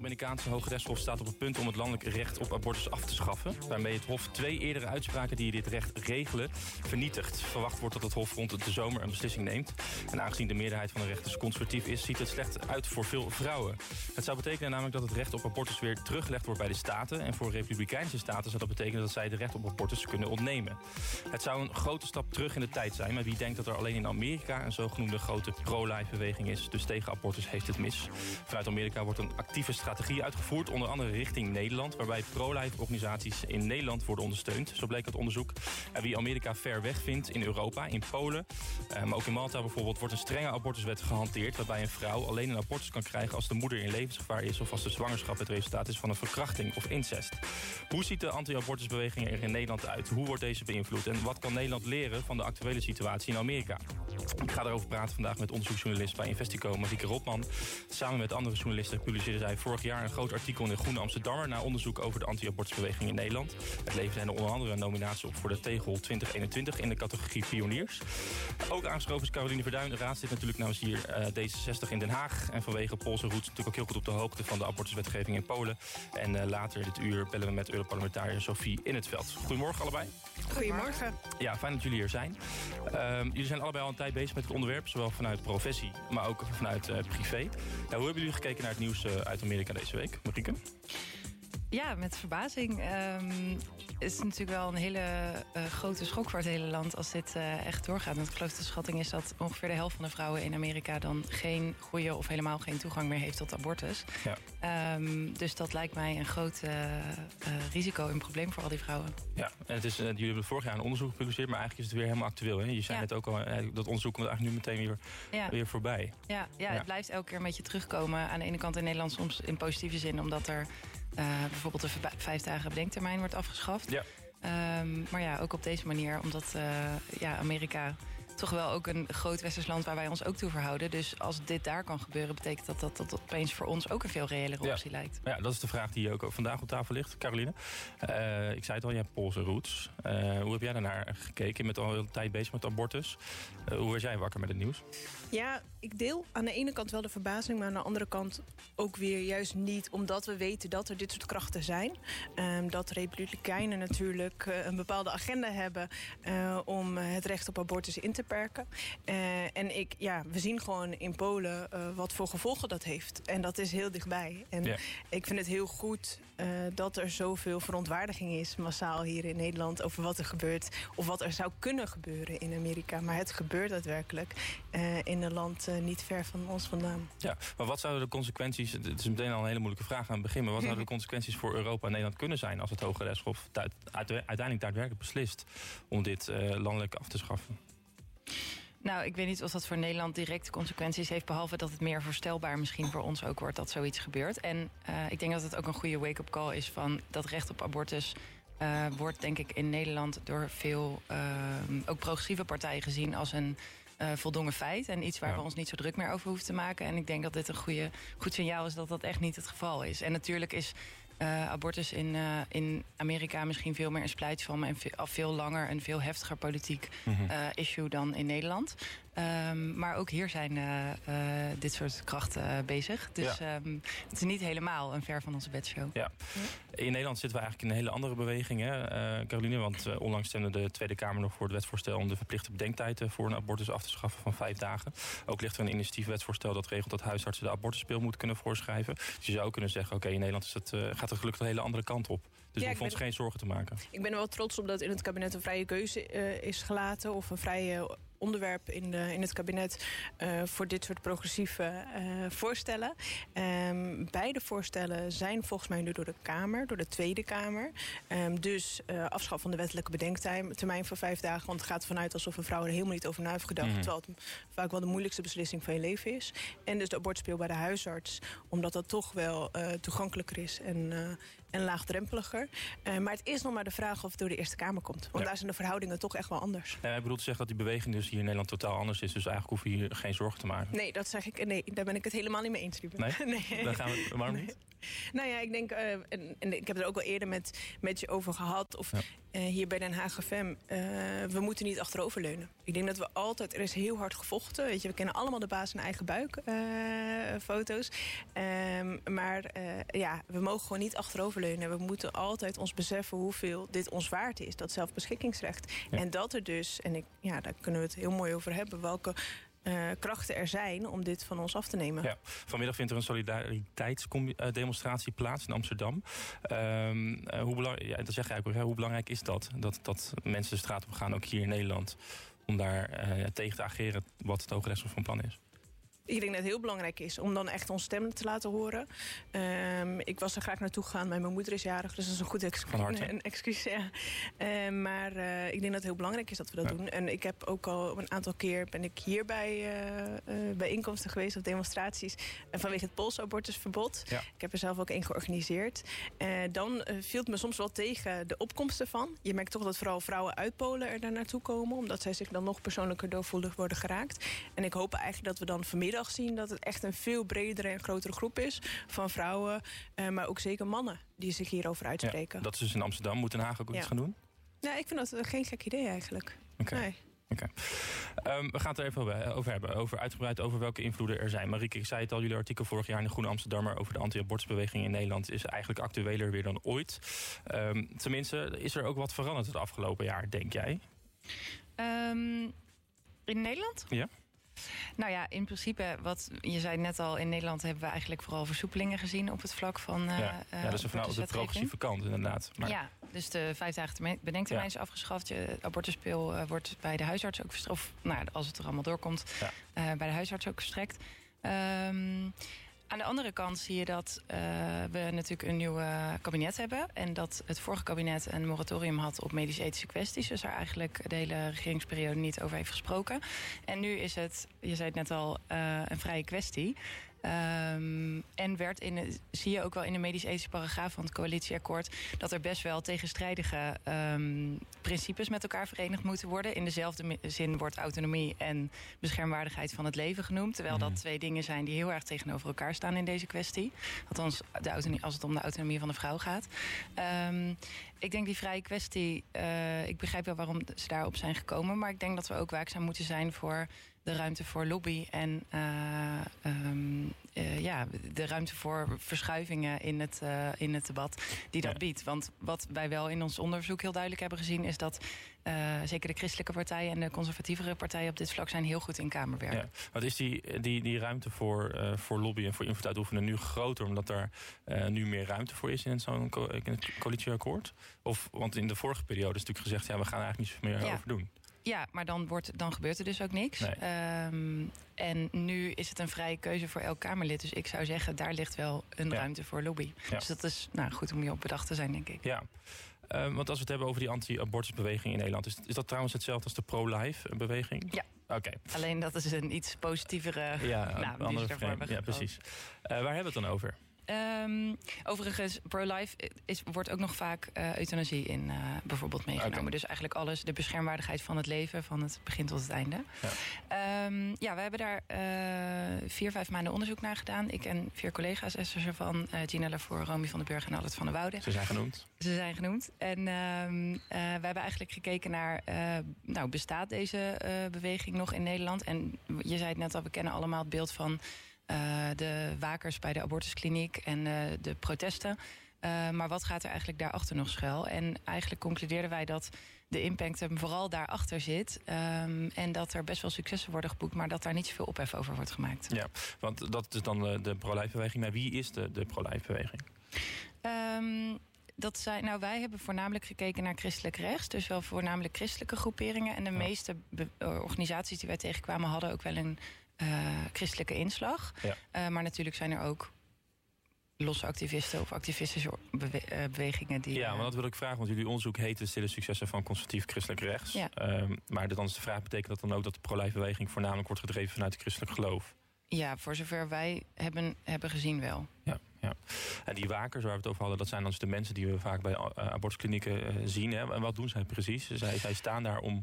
Amerikaanse Hooggerechtshof staat op het punt om het landelijk recht op abortus af te schaffen. Waarmee het Hof 2 eerdere uitspraken die dit recht regelen vernietigt. Verwacht wordt dat het Hof rond de zomer een beslissing neemt. En aangezien de meerderheid van de rechters conservatief is, ziet het slecht uit voor veel vrouwen. Het zou betekenen namelijk dat het recht op abortus weer teruggelegd wordt bij de staten. En voor republikeinse staten zou dat betekenen dat zij het recht op abortus kunnen ontnemen. Het zou een grote stap terug in de tijd zijn. Maar wie denkt dat er alleen in Amerika een zogenoemde grote pro-life beweging is, dus tegen abortus, heeft het mis. Vanuit Amerika wordt een actieve strategie uitgevoerd, onder andere richting Nederland, waarbij pro-life organisaties in Nederland worden ondersteund. Zo bleek uit onderzoek. En wie Amerika ver weg vindt in Europa, in Polen, maar ook in Malta bijvoorbeeld, wordt een strenge abortuswet gehanteerd, waarbij een vrouw alleen een abortus kan krijgen als de moeder in levensgevaar is of als de zwangerschap het resultaat is van een verkrachting of incest. Hoe ziet de anti-abortusbeweging er in Nederland uit? Hoe wordt deze beïnvloed? En wat kan Nederland leren van de actuele situatie in Amerika? Ik ga daarover praten vandaag met onderzoeksjournalist bij Investico, Marieke Rotman. Samen met andere journalisten publiceerde zij vorig jaar een groot artikel in de Groene Amsterdammer naar onderzoek over de anti-abortusbeweging in Nederland. Het leverde hen onder andere een nominatie op voor de Tegel 2021 in de categorie pioniers. Ook aangeschoven is Caroline Verduin, raadslid natuurlijk namens hier D66 in Den Haag. En vanwege Poolse roots natuurlijk ook heel goed op de hoogte van de abortuswetgeving in Polen. En later dit uur bellen we met Europarlementariër Sophie In 't Veld. Goedemorgen allebei. Goedemorgen. Ja, fijn dat jullie hier zijn. Jullie zijn allebei al een tijd bezig met het onderwerp, zowel vanuit professie, maar ook vanuit privé. Hoe hebben jullie gekeken naar het nieuws uit Amerika deze week, Marieke? Ja, met verbazing. Het is natuurlijk wel een hele grote schok voor het hele land als dit echt doorgaat. Want ik geloof de schatting is dat ongeveer de helft van de vrouwen in Amerika dan geen goede of helemaal geen toegang meer heeft tot abortus. Ja. Dus dat lijkt mij een groot risico en probleem voor al die vrouwen. Ja, en het is, jullie hebben vorig jaar een onderzoek gepubliceerd, maar eigenlijk is het weer helemaal actueel. Hè? Je zei net ook al, dat onderzoek komt eigenlijk nu meteen weer voorbij. Ja, het blijft elke keer een beetje terugkomen. Aan de ene kant in Nederland soms in positieve zin, omdat er bijvoorbeeld de 5 dagen bedenktermijn wordt afgeschaft. Ja. Maar ja, ook op deze manier, omdat Amerika toch wel ook een groot westers land waar wij ons ook toe verhouden. Dus als dit daar kan gebeuren, betekent dat opeens voor ons ook een veel reëlere optie lijkt. Ja, dat is de vraag die ook vandaag op tafel ligt. Caroline, ik zei het al, je hebt Poolse roots. Hoe heb jij daarnaar gekeken? Je bent al een tijd bezig met abortus. Hoe werd jij wakker met het nieuws? Ja, ik deel aan de ene kant wel de verbazing, maar aan de andere kant ook weer juist niet, omdat we weten dat er dit soort krachten zijn. Dat republikeinen natuurlijk een bepaalde agenda hebben om het recht op abortus in te perken. En we zien gewoon in Polen wat voor gevolgen dat heeft. En dat is heel dichtbij. En ik vind het heel goed dat er zoveel verontwaardiging is massaal hier in Nederland over wat er gebeurt of wat er zou kunnen gebeuren in Amerika. Maar het gebeurt daadwerkelijk in een land niet ver van ons vandaan. Ja, maar wat zouden de consequenties, het is meteen al een hele moeilijke vraag aan het begin, maar wat zouden de consequenties voor Europa en Nederland kunnen zijn als het Hooggerechtshof uiteindelijk daadwerkelijk beslist om dit landelijk af te schaffen? Nou, ik weet niet of dat voor Nederland directe consequenties heeft, behalve dat het meer voorstelbaar misschien voor ons ook wordt dat zoiets gebeurt. En ik denk dat het ook een goede wake-up call is van dat recht op abortus wordt denk ik in Nederland door veel ook progressieve partijen gezien als een voldongen feit. En iets waar we ons niet zo druk meer over hoeven te maken. En ik denk dat dit een goed signaal is dat dat echt niet het geval is. En natuurlijk is abortus in Amerika misschien veel meer een splijtsvorm en al veel langer een veel heftiger politiek issue dan in Nederland. Maar ook hier zijn dit soort krachten bezig. Dus het is niet helemaal een ver van onze bedshow. Ja. In Nederland zitten we eigenlijk in een hele andere beweging, hè, Caroline? Want onlangs stemde de Tweede Kamer nog voor het wetsvoorstel om de verplichte bedenktijd voor een abortus af te schaffen van 5 dagen. Ook ligt er een initiatiefwetsvoorstel dat regelt dat huisartsen de abortuspil moeten kunnen voorschrijven. Dus je zou kunnen zeggen, oké, in Nederland is gaat het gelukkig een hele andere kant op. Dus we hoeven ons geen zorgen te maken. Ik ben er wel trots op dat in het kabinet een vrije keuze is gelaten, of een vrije onderwerp in het kabinet voor dit soort progressieve voorstellen. Beide voorstellen zijn volgens mij nu door de Kamer, door de Tweede Kamer. Dus afschaf van de wettelijke bedenktermijn voor 5 dagen. Want het gaat vanuit alsof een vrouw er helemaal niet over na heeft gedacht. Terwijl het vaak wel de moeilijkste beslissing van je leven is. En dus de abortuspil bij de huisarts. Omdat dat toch wel toegankelijker is en laagdrempeliger. Maar het is nog maar de vraag of het door de Eerste Kamer komt. Want daar zijn de verhoudingen toch echt wel anders. Ja, ik bedoel te zeggen dat die beweging dus hier in Nederland totaal anders is. Dus eigenlijk hoef je hier geen zorgen te maken. Nee, dat zeg ik. Nee, daar ben ik het helemaal niet mee eens. Nee? Dan gaan we maar niet. Nou ja, ik denk, en ik heb het er ook al eerder met je over gehad, of hier bij Den Haag FM, we moeten niet achteroverleunen. Ik denk dat we altijd, er is heel hard gevochten. Weet je, we kennen allemaal de baas in eigen buik foto's. Maar we mogen gewoon niet achteroverleunen. We moeten altijd ons beseffen hoeveel dit ons waard is, dat zelfbeschikkingsrecht. Ja. En dat er dus, daar kunnen we het heel mooi over hebben, welke krachten er zijn om dit van ons af te nemen. Ja, vanmiddag vindt er een solidariteitsdemonstratie plaats in Amsterdam. Dat zeg je eigenlijk, hoe belangrijk is dat mensen de straat op gaan, ook hier in Nederland, om daar tegen te ageren wat het Hoge Rechtshof van plan is? Ik denk dat het heel belangrijk is om dan echt onze stem te laten horen. Ik was er graag naartoe gegaan, maar mijn moeder is jarig, dus dat is een goed excuus. Ja. Maar ik denk dat het heel belangrijk is dat we dat doen. En ik heb ook al een aantal keer ben ik hier bij bijeenkomsten geweest of demonstraties vanwege het polsabortusverbod. Ja. Ik heb er zelf ook één georganiseerd. Dan viel het me soms wel tegen de opkomst ervan. Je merkt toch dat vooral vrouwen uit Polen er daar naartoe komen, omdat zij zich dan nog persoonlijker door voelen worden geraakt. En ik hoop eigenlijk dat we dan vanmiddag zien dat het echt een veel bredere en grotere groep is van vrouwen, maar ook zeker mannen die zich hierover uitspreken. Ja, dat is dus in Amsterdam. Moet Den Haag ook iets gaan doen? Ja, ik vind dat geen gek idee eigenlijk. Okay. Nee. Okay. We gaan het er even over hebben. Uitgebreid over welke invloeden er zijn. Marieke, ik zei het al, jullie artikel vorig jaar in de Groene Amsterdammer over de anti-abortusbeweging in Nederland is eigenlijk actueler weer dan ooit. Tenminste, is er ook wat veranderd het afgelopen jaar, denk jij? In Nederland? Ja. Nou ja, in principe, wat je zei net al, in Nederland hebben we eigenlijk vooral versoepelingen gezien op het vlak van dat is vanuit de progressieve kant inderdaad. Maar... Ja, dus de 5 dagen bedenktermijn is afgeschaft. Je abortuspil wordt bij de huisarts ook verstrekt. Of als het er allemaal doorkomt, bij de huisarts ook verstrekt. Aan de andere kant zie je dat we natuurlijk een nieuw kabinet hebben. En dat het vorige kabinet een moratorium had op medisch-ethische kwesties. Dus daar eigenlijk de hele regeringsperiode niet over heeft gesproken. En nu is het, je zei het net al, een vrije kwestie. En zie je ook wel in de medisch-ethische paragraaf van het coalitieakkoord dat er best wel tegenstrijdige principes met elkaar verenigd moeten worden. In dezelfde zin wordt autonomie en beschermwaardigheid van het leven genoemd. Terwijl dat twee dingen zijn die heel erg tegenover elkaar staan in deze kwestie. Althans, als het om de autonomie van de vrouw gaat. Ik denk die vrije kwestie, ik begrijp wel waarom ze daarop zijn gekomen. Maar ik denk dat we ook waakzaam moeten zijn voor de ruimte voor lobby en de ruimte voor verschuivingen in het debat die dat biedt. Want wat wij wel in ons onderzoek heel duidelijk hebben gezien is dat zeker de christelijke partijen en de conservatievere partijen op dit vlak zijn heel goed in kamerwerk. Ja. Wat is die ruimte voor lobby en voor invloed uitoefenen nu groter omdat er nu meer ruimte voor is in zo'n coalitieakkoord? Want in de vorige periode is natuurlijk gezegd, we gaan er eigenlijk niet meer over doen. Ja, maar dan gebeurt er dus ook niks. Nee. En nu is het een vrije keuze voor elk Kamerlid. Dus ik zou zeggen, daar ligt wel een ruimte voor lobby. Ja. Dus dat is goed om je op bedacht te zijn, denk ik. Ja, want als we het hebben over die anti-abortusbeweging in Nederland, is dat trouwens hetzelfde als de pro-life beweging? Ja. Okay. Alleen dat is een iets positievere andere frame. Ja, precies. Waar hebben we het dan over? Overigens, pro-life wordt ook nog vaak euthanasie in bijvoorbeeld meegenomen. Okay. Dus eigenlijk alles, de beschermwaardigheid van het leven, van het begin tot het einde. Ja, we hebben daar 4-5 maanden onderzoek naar gedaan. Ik en 4 collega's, Esther ervan, Gina Lavoor, Romy van den Burg en Albert van der Woude. Ze zijn genoemd. En we hebben eigenlijk gekeken naar, bestaat deze beweging nog in Nederland? En je zei het net al, we kennen allemaal het beeld van de wakers bij de abortuskliniek en de protesten. Maar wat gaat er eigenlijk daarachter nog schuil? En eigenlijk concludeerden wij dat de impact hem vooral daarachter zit. En dat er best wel successen worden geboekt, maar dat daar niet zoveel ophef over wordt gemaakt. Ja, want dat is dan de pro-life-beweging. Maar wie is de pro-life-beweging? Wij hebben voornamelijk gekeken naar christelijk rechts. Dus wel voornamelijk christelijke groeperingen. En de meeste organisaties die wij tegenkwamen hadden ook wel een christelijke inslag. Ja. Maar natuurlijk zijn er ook losse activisten of activistische bewegingen die... Ja, maar dat wil ik vragen, want jullie onderzoek heet de stille successen van conservatief christelijk rechts. Ja. Maar dan is de vraag, betekent dat dan ook dat de pro-life beweging voornamelijk wordt gedreven vanuit het christelijk geloof? Ja, voor zover wij hebben gezien wel. Ja. En die wakers waar we het over hadden, dat zijn dan dus de mensen die we vaak bij abortusklinieken zien. Hè? En wat doen zij precies? Zij staan daar om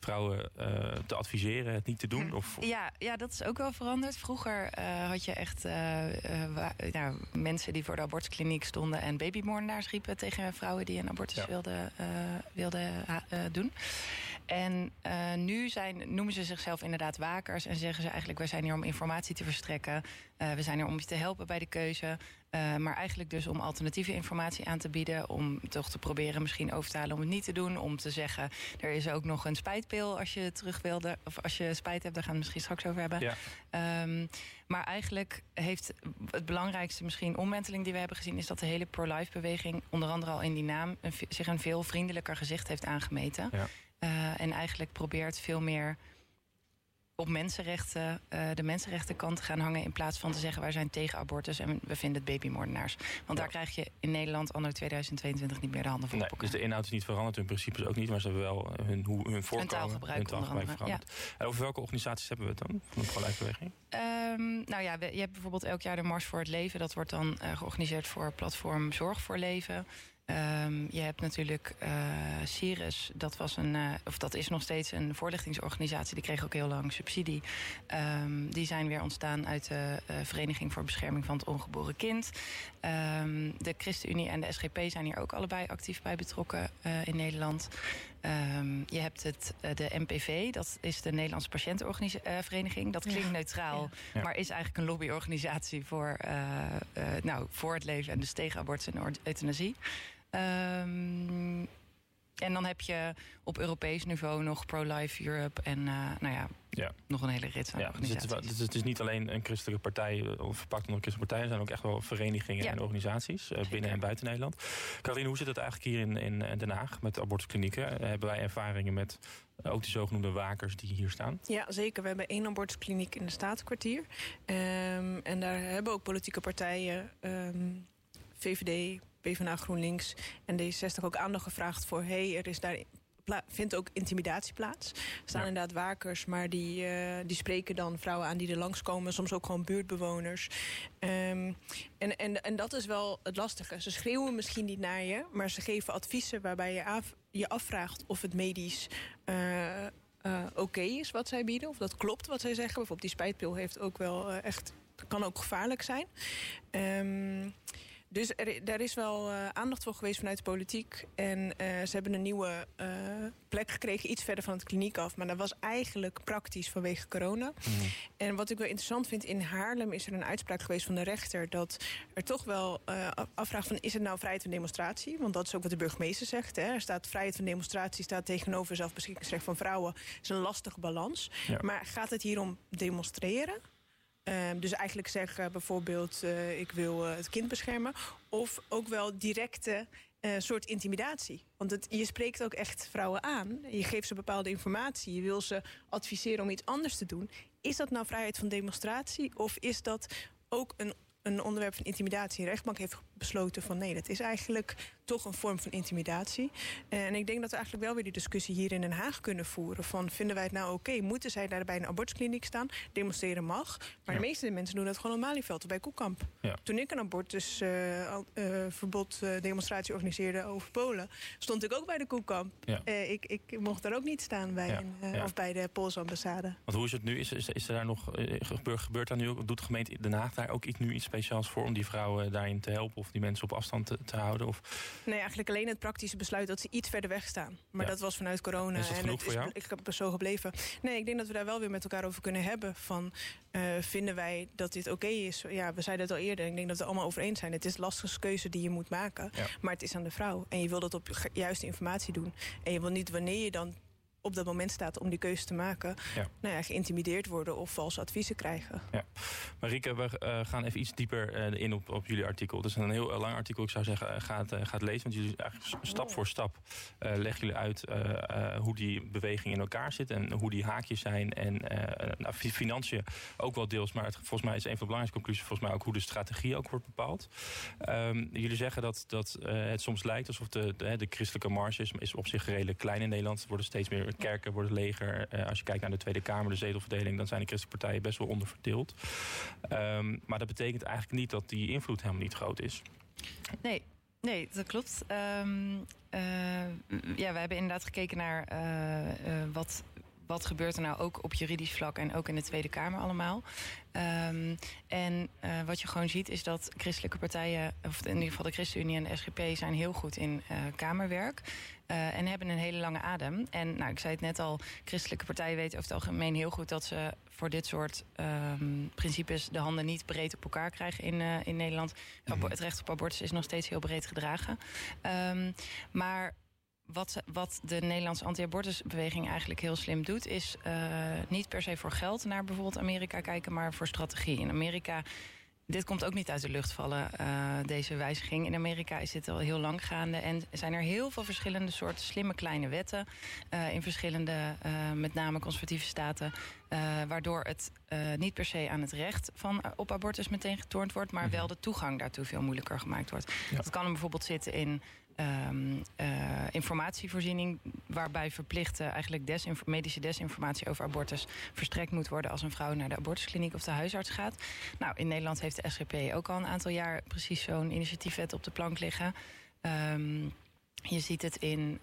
vrouwen te adviseren het niet te doen? Of... Ja, dat is ook wel veranderd. Vroeger had je echt mensen die voor de abortuskliniek stonden en babymoordenaars riepen tegen vrouwen die een abortus wilden doen. En nu noemen ze zichzelf inderdaad wakers en zeggen ze eigenlijk: wij zijn hier om informatie te verstrekken. We zijn hier om je te helpen bij de keuze. Maar eigenlijk dus om alternatieve informatie aan te bieden. Om toch te proberen misschien over te halen om het niet te doen. Om te zeggen, er is ook nog een spijtpil als je terug wilde. Of als je spijt hebt, daar gaan we het misschien straks over hebben. Ja. Maar eigenlijk heeft het belangrijkste misschien omwenteling die we hebben gezien... is dat de hele pro-life beweging, onder andere al in die naam... zich een veel vriendelijker gezicht heeft aangemeten. Ja. En eigenlijk probeert veel meer op mensenrechten, de mensenrechtenkant te gaan hangen... in plaats van te zeggen, wij zijn tegen abortus en we vinden het babymoordenaars. Want daar krijg je in Nederland anno 2022 niet meer de handen voor op elkaar. Dus de inhoud is niet veranderd, hun principes ook niet... maar ze hebben wel hun voorkomen, hun taalgebruik veranderd. Ja. En over welke organisaties hebben we het dan, van de pro-life-beweging? Je hebt bijvoorbeeld elk jaar de Mars voor het Leven. Dat wordt dan georganiseerd voor platform Zorg voor Leven... je hebt natuurlijk Ceres, dat is nog steeds een voorlichtingsorganisatie. Die kreeg ook heel lang subsidie. Die zijn weer ontstaan uit de Vereniging voor Bescherming van het Ongeboren Kind. De ChristenUnie en de SGP zijn hier ook allebei actief bij betrokken in Nederland. Je hebt de NPV, dat is de Nederlandse Patiëntenvereniging. Dat klinkt neutraal, maar is eigenlijk een lobbyorganisatie voor het leven en dus tegen abortus en euthanasie. En dan heb je op Europees niveau nog Pro-Life Europe en nog een hele rits aan organisaties. Dus het is niet alleen een christelijke partij of verpakt onder een christelijke partij. Er zijn ook echt wel verenigingen en organisaties binnen en buiten Nederland. Caroline, hoe zit het eigenlijk hier in Den Haag met abortusklinieken? Hebben wij ervaringen met ook de zogenoemde wakers die hier staan? Ja, zeker. We hebben 1 abortuskliniek in de Statenkwartier. En daar hebben ook politieke partijen, VVD... PvdA, GroenLinks en D66 ook aandacht gevraagd voor... er is daar vindt ook intimidatie plaats. Er staan inderdaad wakers, maar die spreken dan vrouwen aan die er langskomen. Soms ook gewoon buurtbewoners. En dat is wel het lastige. Ze schreeuwen misschien niet naar je, maar ze geven adviezen waarbij je afvraagt of het medisch oké is wat zij bieden. Of dat klopt wat zij zeggen. Bijvoorbeeld die spijtpil heeft ook wel kan ook gevaarlijk zijn. Dus daar is wel aandacht voor geweest vanuit de politiek. En ze hebben een nieuwe plek gekregen, iets verder van het kliniek af. Maar dat was eigenlijk praktisch vanwege corona. En wat ik wel interessant vind, in Haarlem is er een uitspraak geweest van de rechter... dat er toch wel afvraagt van, is het nou vrijheid van demonstratie? Want dat is ook wat de burgemeester zegt. Hè? Er staat vrijheid van demonstratie, staat tegenover zelfbeschikkingsrecht van vrouwen. Dat is een lastige balans. Ja. Maar gaat het hier om demonstreren? Dus eigenlijk zeggen bijvoorbeeld, ik wil het kind beschermen. Of ook wel directe soort intimidatie. Want je spreekt ook echt vrouwen aan. Je geeft ze bepaalde informatie. Je wil ze adviseren om iets anders te doen. Is dat nou vrijheid van demonstratie? Of is dat ook een onderwerp van intimidatie? De rechtbank heeft besloten van nee, dat is eigenlijk toch een vorm van intimidatie. En ik denk dat we eigenlijk wel weer die discussie hier in Den Haag kunnen voeren. Van, vinden wij het nou oké? Moeten zij daar bij een abortuskliniek staan? Demonstreren mag. Maar de meeste mensen doen dat gewoon op Malieveld of bij Koekamp. Ja. Toen ik een abortusverbod demonstratie organiseerde over Polen, stond ik ook bij de Koekamp. Ja. Ik mocht daar ook niet staan bij of bij de Poolse ambassade. Want hoe is het nu? Is er daar nog gebeurt daar nu ook? Doet de gemeente Den Haag daar ook nu iets speciaals voor om die vrouwen daarin te helpen of die mensen op afstand te houden? Of? Nee, eigenlijk alleen het praktische besluit dat ze iets verder weg staan. Maar dat was vanuit corona. Is dat genoeg voor jou? Ik heb er zo gebleven. Nee, ik denk dat we daar wel weer met elkaar over kunnen hebben. Van, vinden wij dat dit oké is? Ja, we zeiden het al eerder. Ik denk dat we allemaal over eens zijn. Het is een lastige keuze die je moet maken. Ja. Maar het is aan de vrouw. En je wil dat op juiste informatie doen. En je wil niet wanneer je dan op dat moment staat om die keuze te maken, geïntimideerd worden of valse adviezen krijgen. Ja. Marieke, we gaan even iets dieper in op jullie artikel. Het is een heel lang artikel, ik zou zeggen, gaat lezen. Want jullie eigenlijk stap voor stap leggen jullie uit hoe die beweging in elkaar zit en hoe die haakjes zijn. En financiën ook wel deels, maar volgens mij is een van de belangrijkste conclusies volgens mij ook hoe de strategie ook wordt bepaald. Jullie zeggen dat het soms lijkt alsof de christelijke marge is op zich redelijk klein in Nederland. Er worden steeds meer kerken, worden leger. Als je kijkt naar de Tweede Kamer, de zetelverdeling, dan zijn de christelijke partijen best wel onderverdeeld. Maar dat betekent eigenlijk niet dat die invloed helemaal niet groot is. Nee, dat klopt. we hebben inderdaad gekeken naar wat gebeurt er nou ook op juridisch vlak en ook in de Tweede Kamer allemaal. Wat je gewoon ziet is dat christelijke partijen, of in ieder geval de ChristenUnie en de SGP, zijn heel goed in kamerwerk. En hebben een hele lange adem. En ik zei het net al, christelijke partijen weten over het algemeen heel goed dat ze voor dit soort principes de handen niet breed op elkaar krijgen in Nederland. Het recht op abortus is nog steeds heel breed gedragen. Maar wat de Nederlandse anti-abortusbeweging eigenlijk heel slim doet, is niet per se voor geld naar bijvoorbeeld Amerika kijken, maar voor strategie. In Amerika, dit komt ook niet uit de lucht vallen, deze wijziging. In Amerika is dit al heel lang gaande en zijn er heel veel verschillende soorten slimme kleine wetten in verschillende, met name conservatieve staten, waardoor het niet per se aan het recht op abortus meteen getornd wordt, maar wel de toegang daartoe veel moeilijker gemaakt wordt. Ja. Dat kan hem bijvoorbeeld zitten in informatievoorziening, waarbij verplicht eigenlijk medische desinformatie over abortus verstrekt moet worden als een vrouw naar de abortuskliniek of de huisarts gaat. Nou, in Nederland heeft de SGP ook al een aantal jaar precies zo'n initiatiefwet op de plank liggen. Je ziet het in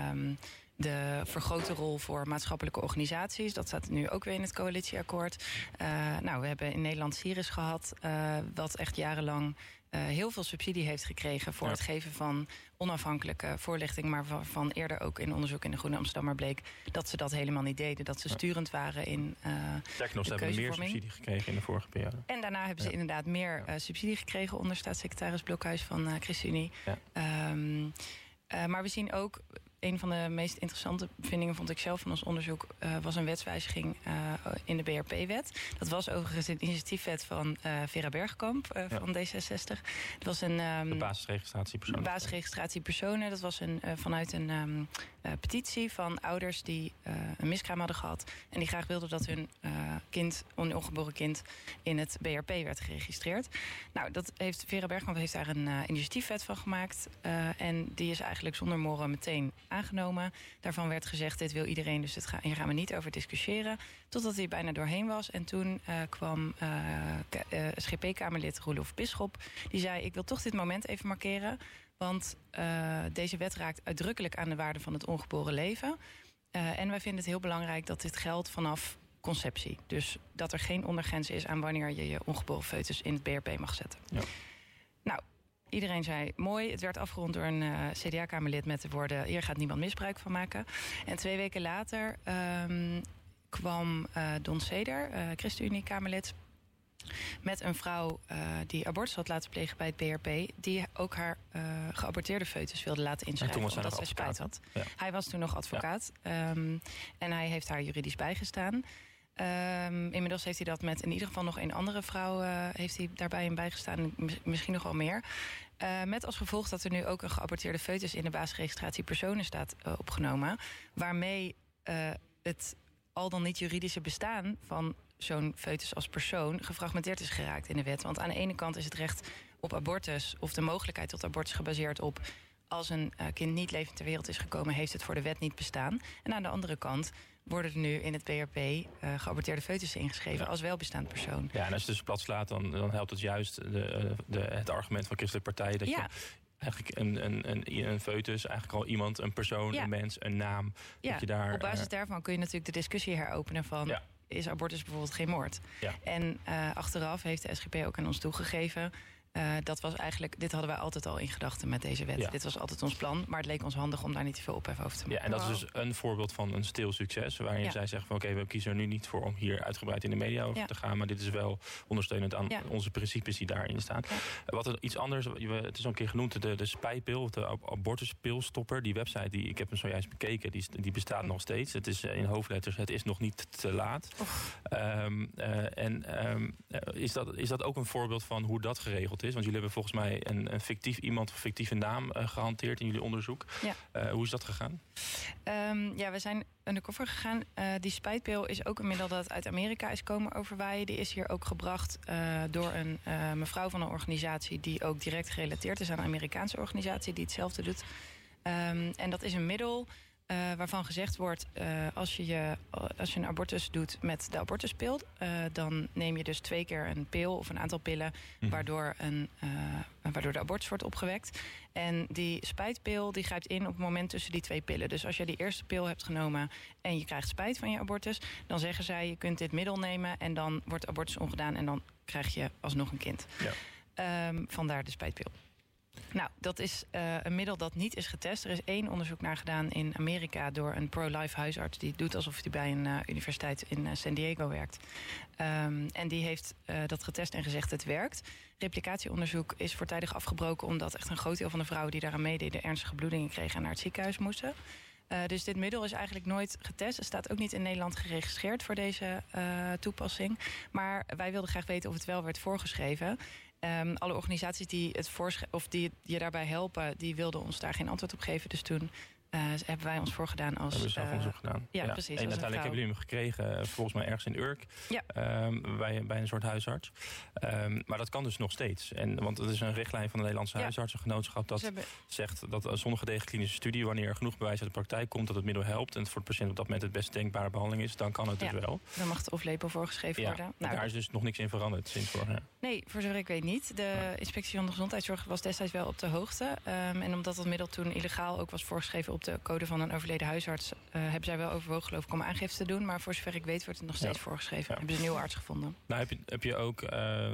de vergrote rol voor maatschappelijke organisaties. Dat staat nu ook weer in het coalitieakkoord. We hebben in Nederland Siris gehad, wat echt jarenlang heel veel subsidie heeft gekregen voor het geven van onafhankelijke voorlichting, maar van eerder ook in onderzoek in de Groene Amsterdammer bleek dat ze dat helemaal niet deden. Dat ze sturend waren in Sterker ze hebben meer subsidie gekregen in de vorige periode. En daarna hebben ze inderdaad meer subsidie gekregen onder staatssecretaris Blokhuis van ChristenUnie. Ja. Maar we zien ook, een van de meest interessante bevindingen vond ik zelf van ons onderzoek, was een wetswijziging in de BRP-wet. Dat was overigens een initiatiefwet van Vera Bergkamp van D66. Het was een basisregistratie personen. Dat was vanuit een petitie van ouders die een miskraam hadden gehad en die graag wilden dat hun ongeboren kind in het BRP werd geregistreerd. Nou, Vera Bergkamp heeft daar een initiatiefwet van gemaakt. En die is eigenlijk zonder morren meteen aangenomen. Daarvan werd gezegd, dit wil iedereen, dus hier gaan we niet over discussiëren. Totdat hij bijna doorheen was. En toen kwam SGP-Kamerlid Roelof Bisschop. Die zei, ik wil toch dit moment even markeren. Want deze wet raakt uitdrukkelijk aan de waarde van het ongeboren leven. En wij vinden het heel belangrijk dat dit geldt vanaf conceptie. Dus dat er geen ondergrens is aan wanneer je je ongeboren foetus in het BRP mag zetten. Ja. Nou, iedereen zei, mooi. Het werd afgerond door een CDA-Kamerlid met de woorden, hier gaat niemand misbruik van maken. En 2 weken later kwam Don Seder, ChristenUnie-Kamerlid, met een vrouw die abortus had laten plegen bij het BRP, die ook haar geaborteerde foetus wilde laten inschrijven, omdat zij spijt had. Ja. Hij was toen nog advocaat. En hij heeft haar juridisch bijgestaan. Inmiddels heeft hij dat met in ieder geval nog een andere vrouw heeft hij daarbij in bijgestaan, misschien nog wel meer. Met als gevolg dat er nu ook een geaborteerde foetus in de basisregistratie personen staat opgenomen, waarmee het al dan niet juridische bestaan van zo'n foetus als persoon gefragmenteerd is geraakt in de wet. Want aan de ene kant is het recht op abortus, of de mogelijkheid tot abortus, gebaseerd op als een kind niet levend ter wereld is gekomen, heeft het voor de wet niet bestaan. En aan de andere kant worden er nu in het BRP geaborteerde foetussen ingeschreven als welbestaand persoon. Ja, en als je dus plat slaat, dan helpt het juist het argument van christelijke partijen dat je eigenlijk een foetus, eigenlijk al iemand, een persoon, een mens, een naam. Ja, dat je daar, op basis daarvan kun je natuurlijk de discussie heropenen van, is abortus bijvoorbeeld geen moord? Ja. En achteraf heeft de SGP ook aan ons toegegeven, dat was eigenlijk, dit hadden wij altijd al in gedachten met deze wet. Ja. Dit was altijd ons plan, maar het leek ons handig om daar niet te veel ophef over te maken. Ja, en dat is dus een voorbeeld van een stil succes, waarin zij zeggen van oké, we kiezen er nu niet voor om hier uitgebreid in de media over te gaan, maar dit is wel ondersteunend aan onze principes die daarin staan. Ja. Wat er iets anders, het is al een keer genoemd, de spijpil, de abortuspilstopper, die website, ik heb hem zojuist bekeken, die bestaat nog steeds. Het is in hoofdletters, het is nog niet te laat. Is dat ook een voorbeeld van hoe dat geregeld is? Want jullie hebben volgens mij een fictief iemand of fictieve naam gehanteerd in jullie onderzoek. Ja. Hoe is dat gegaan? We zijn undercover gegaan. Die spijtpil is ook een middel dat uit Amerika is komen overwaaien. Die is hier ook gebracht door een mevrouw van een organisatie die ook direct gerelateerd is aan een Amerikaanse organisatie die hetzelfde doet. En dat is een middel waarvan gezegd wordt, als je een abortus doet met de abortuspil, dan neem je dus 2 keer een pil of een aantal pillen, waardoor de abortus wordt opgewekt. En die spijtpil die grijpt in op het moment tussen die 2 pillen. Dus als je die eerste pil hebt genomen en je krijgt spijt van je abortus, dan zeggen zij, je kunt dit middel nemen en dan wordt de abortus ongedaan en dan krijg je alsnog een kind. Ja. Vandaar de spijtpil. Nou, dat is een middel dat niet is getest. Er is 1 onderzoek naar gedaan in Amerika door een pro-life huisarts. Die doet alsof hij bij een universiteit in San Diego werkt. En die heeft dat getest en gezegd het werkt. Replicatieonderzoek is voortijdig afgebroken omdat echt een groot deel van de vrouwen die daaraan meededen ernstige bloedingen kregen en naar het ziekenhuis moesten. Dus dit middel is eigenlijk nooit getest. Het staat ook niet in Nederland geregistreerd voor deze toepassing. Maar wij wilden graag weten of het wel werd voorgeschreven. Alle organisaties die die je daarbij helpen, die wilden ons daar geen antwoord op geven. Dus toen hebben wij ons voorgedaan als... Hebben we zelf onderzoek gedaan. Ja, precies. En uiteindelijk hebben jullie hem gekregen, volgens mij ergens in Urk. Ja. Bij een soort huisarts. Maar dat kan dus nog steeds. Want het is een richtlijn van de Nederlandse huisartsengenootschap dat zegt dat zonder gedegen klinische studie, wanneer er genoeg bewijs uit de praktijk komt dat het middel helpt en het voor de patiënt op dat moment het best denkbare behandeling is, dan kan het dus wel. Dan mag het of lepel voorgeschreven worden. Nou, daar is dus nog niks in veranderd sinds vorig jaar. Nee, voor zover ik weet niet. De Inspectie van de Gezondheidszorg was destijds wel op de hoogte. En omdat dat middel toen illegaal ook was voorgeschreven op de code van een overleden huisarts, hebben zij wel overwogen, geloof ik, om aangifte te doen. Maar voor zover ik weet wordt het nog steeds voorgeschreven. Hebben ze een nieuwe arts gevonden. Nou, heb je ook...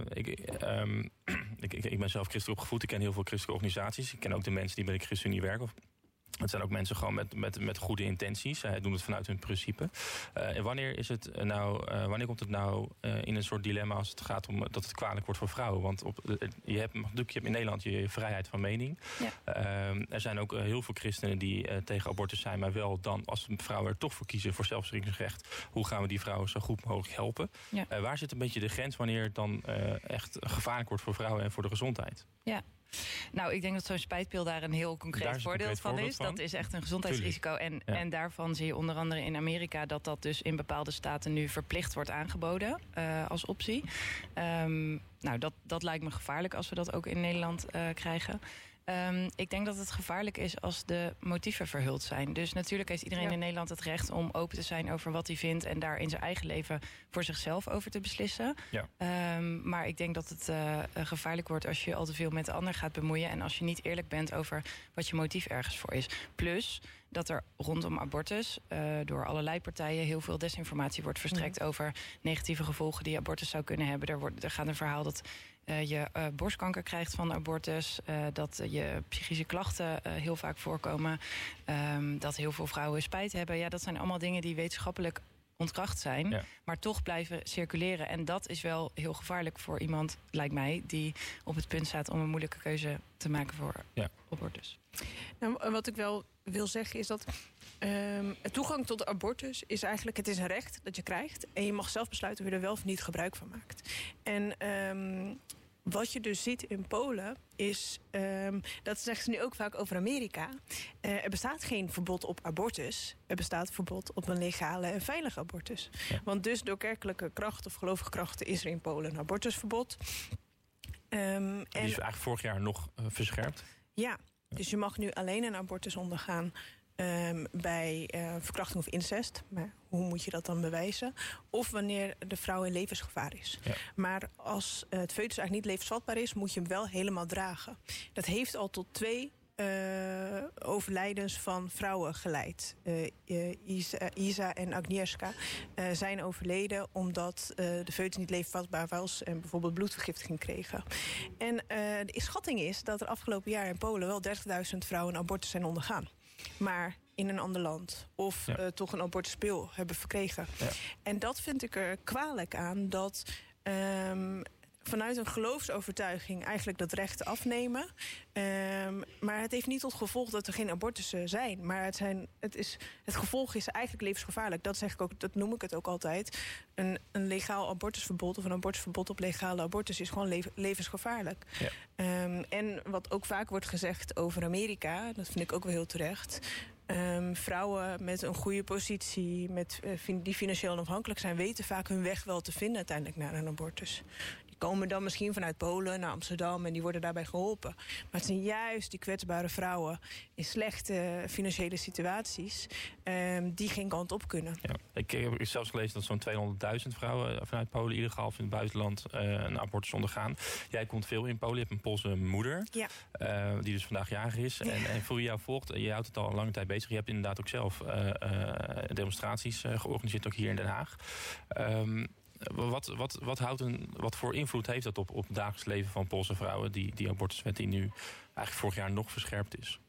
Ik ben zelf christelijk opgevoed. Ik ken heel veel christelijke organisaties. Ik ken ook de mensen die bij de ChristenUnie werken. Het zijn ook mensen gewoon met goede intenties. Zij doen het vanuit hun principe. En wanneer komt het nou in een soort dilemma als het gaat om dat het kwalijk wordt voor vrouwen? Want je hebt in Nederland je vrijheid van mening. Ja. Er zijn ook heel veel christenen die tegen abortus zijn, maar wel dan, als vrouwen er toch voor kiezen voor zelfbeschikkingsrecht, hoe gaan we die vrouwen zo goed mogelijk helpen? Ja. Waar zit een beetje de grens wanneer het dan echt gevaarlijk wordt voor vrouwen en voor de gezondheid? Ja. Nou, ik denk dat zo'n spijtpil daar een heel concreet voorbeeld van is. Dat is echt een gezondheidsrisico. En daarvan zie je onder andere in Amerika dat dus in bepaalde staten nu verplicht wordt aangeboden als optie. Dat lijkt me gevaarlijk als we dat ook in Nederland krijgen. Ik denk dat het gevaarlijk is als de motieven verhuld zijn. Dus natuurlijk heeft iedereen in Nederland het recht om open te zijn over wat hij vindt en daar in zijn eigen leven voor zichzelf over te beslissen. Ja. Maar ik denk dat het gevaarlijk wordt als je al te veel met de ander gaat bemoeien en als je niet eerlijk bent over wat je motief ergens voor is. Plus dat er rondom abortus door allerlei partijen heel veel desinformatie wordt verstrekt over negatieve gevolgen die abortus zou kunnen hebben. Er gaat een verhaal dat je borstkanker krijgt van abortus, dat je psychische klachten heel vaak voorkomen, dat heel veel vrouwen spijt hebben. Ja, dat zijn allemaal dingen die wetenschappelijk ontkracht zijn, maar toch blijven circuleren. En dat is wel heel gevaarlijk voor iemand, lijkt mij, die op het punt staat om een moeilijke keuze te maken voor abortus. Nou, wat ik wel wil zeggen is dat toegang tot abortus is eigenlijk, het is een recht dat je krijgt en je mag zelf besluiten of je er wel of niet gebruik van maakt. En wat je dus ziet in Polen is, dat zeggen ze nu ook vaak over Amerika, er bestaat geen verbod op abortus. Er bestaat verbod op een legale en veilige abortus. Ja. Want dus door kerkelijke kracht of gelovige krachten is er in Polen een abortusverbod. Die is eigenlijk vorig jaar nog verscherpt? Ja, dus je mag nu alleen een abortus ondergaan bij verkrachting of incest. Maar hoe moet je dat dan bewijzen? Of wanneer de vrouw in levensgevaar is. Ja. Maar als het foetus eigenlijk niet levensvatbaar is, moet je hem wel helemaal dragen. Dat heeft al tot 2 overlijdens van vrouwen geleid. Isa en Agnieszka zijn overleden omdat de foetus niet levensvatbaar was en bijvoorbeeld bloedvergiftiging kregen. En de schatting is dat er afgelopen jaar in Polen wel 30.000 vrouwen een abortus zijn ondergaan. Maar in een ander land. Of toch een abortuspil hebben verkregen. Ja. En dat vind ik er kwalijk aan. Dat vanuit een geloofsovertuiging eigenlijk dat recht afnemen. Maar het heeft niet tot gevolg dat er geen abortussen zijn. Maar het gevolg is eigenlijk levensgevaarlijk. Dat zeg ik ook, dat noem ik het ook altijd. Een legaal abortusverbod of een abortusverbod op legale abortus is gewoon levensgevaarlijk. Ja. En wat ook vaak wordt gezegd over Amerika, dat vind ik ook wel heel terecht. Vrouwen met een goede positie, die financieel onafhankelijk zijn, weten vaak hun weg wel te vinden uiteindelijk naar een abortus. Die komen dan misschien vanuit Polen naar Amsterdam en die worden daarbij geholpen. Maar het zijn juist die kwetsbare vrouwen in slechte financiële situaties die geen kant op kunnen. Ja. Ik heb zelfs gelezen dat zo'n 200.000 vrouwen vanuit Polen illegaal of in het buitenland een abortus ondergaan. Jij komt veel in Polen, je hebt een Poolse moeder, die dus vandaag jarig is. En voor wie jou volgt, je houdt het al een lange tijd bezig. Je hebt inderdaad ook zelf demonstraties georganiseerd, ook hier in Den Haag. Wat voor invloed heeft dat op het dagelijks leven van Poolse vrouwen, die abortuswet die nu eigenlijk vorig jaar nog verscherpt is?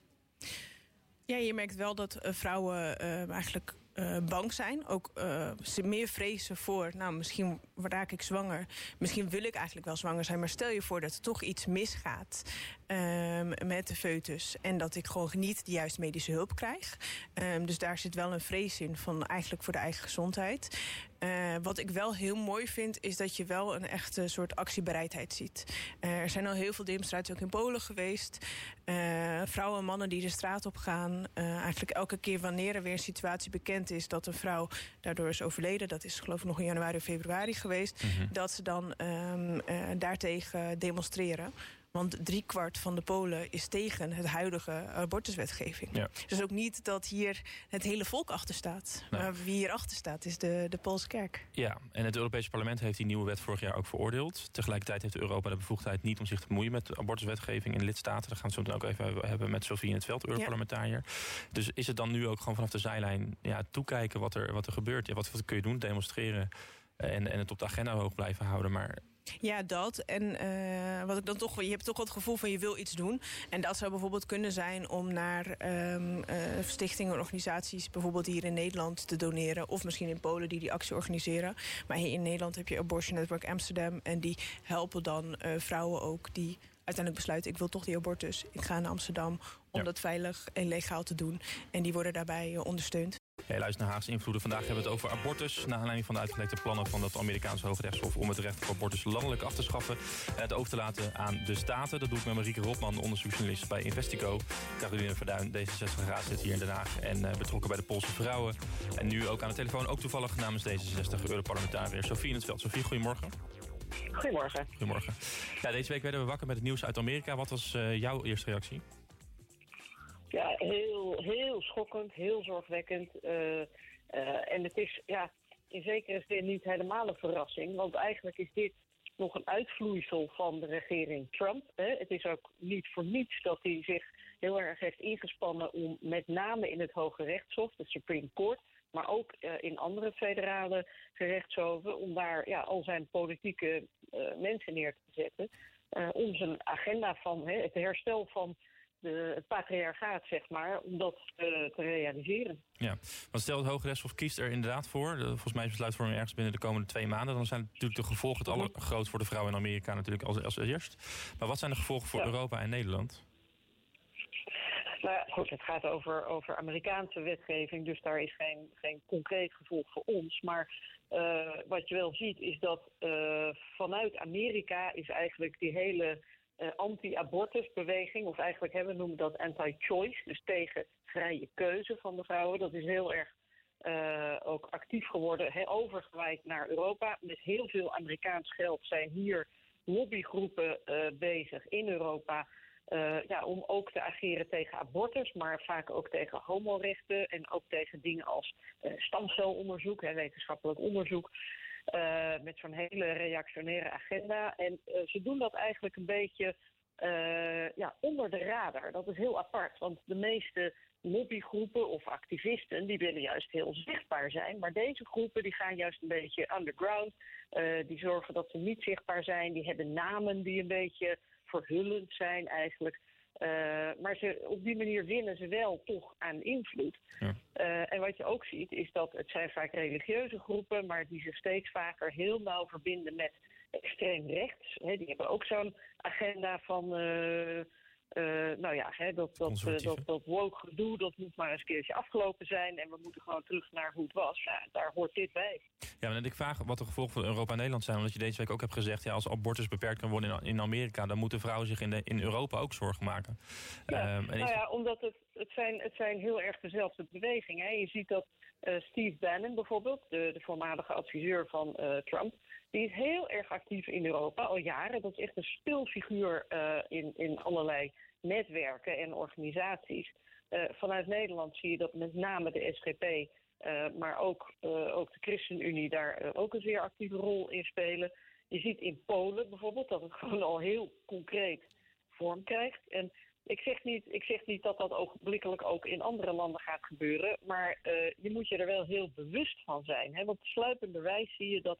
Ja, je merkt wel dat vrouwen eigenlijk bang zijn. Ook ze meer vrezen voor, nou, misschien raak ik zwanger. Misschien wil ik eigenlijk wel zwanger zijn. Maar stel je voor dat er toch iets misgaat met de foetus. En dat ik gewoon niet de juiste medische hulp krijg. Dus daar zit wel een vrees in van eigenlijk voor de eigen gezondheid. Wat ik wel heel mooi vind, is dat je wel een echte soort actiebereidheid ziet. Er zijn al heel veel demonstraties ook in Polen geweest. Vrouwen en mannen die de straat op gaan. Eigenlijk elke keer wanneer er weer een situatie bekend is dat een vrouw daardoor is overleden. Dat is geloof ik nog in januari of februari geweest. Dat ze dan daartegen demonstreren. Want 3/4 van de Polen is tegen het huidige abortuswetgeving. Ja. Dus ook niet dat hier het hele volk achter staat. Nee. Maar wie hier achter staat is de Poolse kerk. Ja, en het Europese parlement heeft die nieuwe wet vorig jaar ook veroordeeld. Tegelijkertijd heeft Europa de bevoegdheid niet om zich te bemoeien met de abortuswetgeving in lidstaten. Daar gaan we het zo ook even hebben met Sofie in het Veld, Europarlementariër. Ja. Dus is het dan nu ook gewoon vanaf de zijlijn toekijken wat er gebeurt? Ja, wat kun je doen? Demonstreren en het op de agenda hoog blijven houden, maar... Ja, dat. En wat ik dan toch, je hebt toch wel het gevoel van je wil iets doen. En dat zou bijvoorbeeld kunnen zijn om naar stichtingen en organisaties, bijvoorbeeld hier in Nederland, te doneren. Of misschien in Polen die actie organiseren. Maar hier in Nederland heb je Abortion Network Amsterdam. En die helpen dan vrouwen ook die uiteindelijk besluiten, ik wil toch die abortus. Ik ga naar Amsterdam om dat veilig en legaal te doen. En die worden daarbij ondersteund. Ja, luister naar Haagse invloeden. Vandaag hebben we het over abortus. Naar aanleiding van de uitgelekte plannen van het Amerikaanse Hoge Rechtshof om het recht op abortus landelijk af te schaffen en het over te laten aan de staten. Dat doe ik met Marieke Rotman, onderzoeksjournalist bij Investico. Caroline Verduin, D66-raadslid hier in Den Haag en betrokken bij de Poolse vrouwen. En nu ook aan de telefoon, ook toevallig namens D66 Europarlementariër Sofie in het Veld. Sofie, goedemorgen. Goedemorgen. Goedemorgen. Ja, deze week werden we wakker met het nieuws uit Amerika. Wat was jouw eerste reactie? Ja, heel schokkend, heel zorgwekkend. En het is in zekere zin niet helemaal een verrassing. Want eigenlijk is dit nog een uitvloeisel van de regering Trump. Het is ook niet voor niets dat hij zich heel erg heeft ingespannen om met name in het Hoge Rechtshof, de Supreme Court, maar ook in andere federale gerechtshoven, om daar al zijn politieke mensen neer te zetten. Om zijn agenda van het herstel van het patriarchaat, zeg maar, om dat te realiseren. Ja, want stel het Hoge Rechtshof kiest er inderdaad voor, volgens mij is besluitvorming ergens binnen de komende 2 maanden, dan zijn natuurlijk de gevolgen het allergrootst voor de vrouwen in Amerika natuurlijk als eerst. Maar wat zijn de gevolgen voor Europa en Nederland? Nou ja, goed, het gaat over Amerikaanse wetgeving, dus daar is geen concreet gevolg voor ons. Maar wat je wel ziet is dat vanuit Amerika is eigenlijk die hele anti-abortusbeweging, of eigenlijk we noemen dat anti-choice, dus tegen vrije keuze van de vrouwen. Dat is heel erg ook actief geworden, overgewaaid naar Europa. Met heel veel Amerikaans geld zijn hier lobbygroepen bezig in Europa om ook te ageren tegen abortus, maar vaak ook tegen homorechten en ook tegen dingen als stamcelonderzoek, wetenschappelijk onderzoek. Met zo'n hele reactionaire agenda. En ze doen dat eigenlijk een beetje onder de radar. Dat is heel apart, want de meeste lobbygroepen of activisten, die willen juist heel zichtbaar zijn. Maar deze groepen die gaan juist een beetje underground. Die zorgen dat ze niet zichtbaar zijn. Die hebben namen die een beetje verhullend zijn eigenlijk. Maar op die manier winnen ze wel toch aan invloed. Ja. En wat je ook ziet is dat het zijn vaak religieuze groepen, maar die zich steeds vaker heel nauw verbinden met extreem rechts. Die hebben ook zo'n agenda van dat woke gedoe, dat moet maar eens een keertje afgelopen zijn en we moeten gewoon terug naar hoe het was. Ja, daar hoort dit bij. Ja, maar ik vraag wat de gevolgen voor Europa en Nederland zijn, omdat je deze week ook hebt gezegd, ja, als abortus beperkt kan worden in Amerika, dan moeten vrouwen zich in Europa ook zorgen maken. Ja, omdat het zijn heel erg dezelfde bewegingen. Hè. Je ziet dat Steve Bannon bijvoorbeeld, de voormalige adviseur van Trump, die is heel erg actief in Europa, al jaren. Dat is echt een speelfiguur in allerlei netwerken en organisaties. Vanuit Nederland zie je dat met name de SGP, maar ook de ChristenUnie daar ook een zeer actieve rol in spelen. Je ziet in Polen bijvoorbeeld dat het gewoon al heel concreet vorm krijgt. En ik zeg niet dat dat ogenblikkelijk ook in andere landen gaat gebeuren, maar je moet je er wel heel bewust van zijn. Hè? Want sluipenderwijs zie je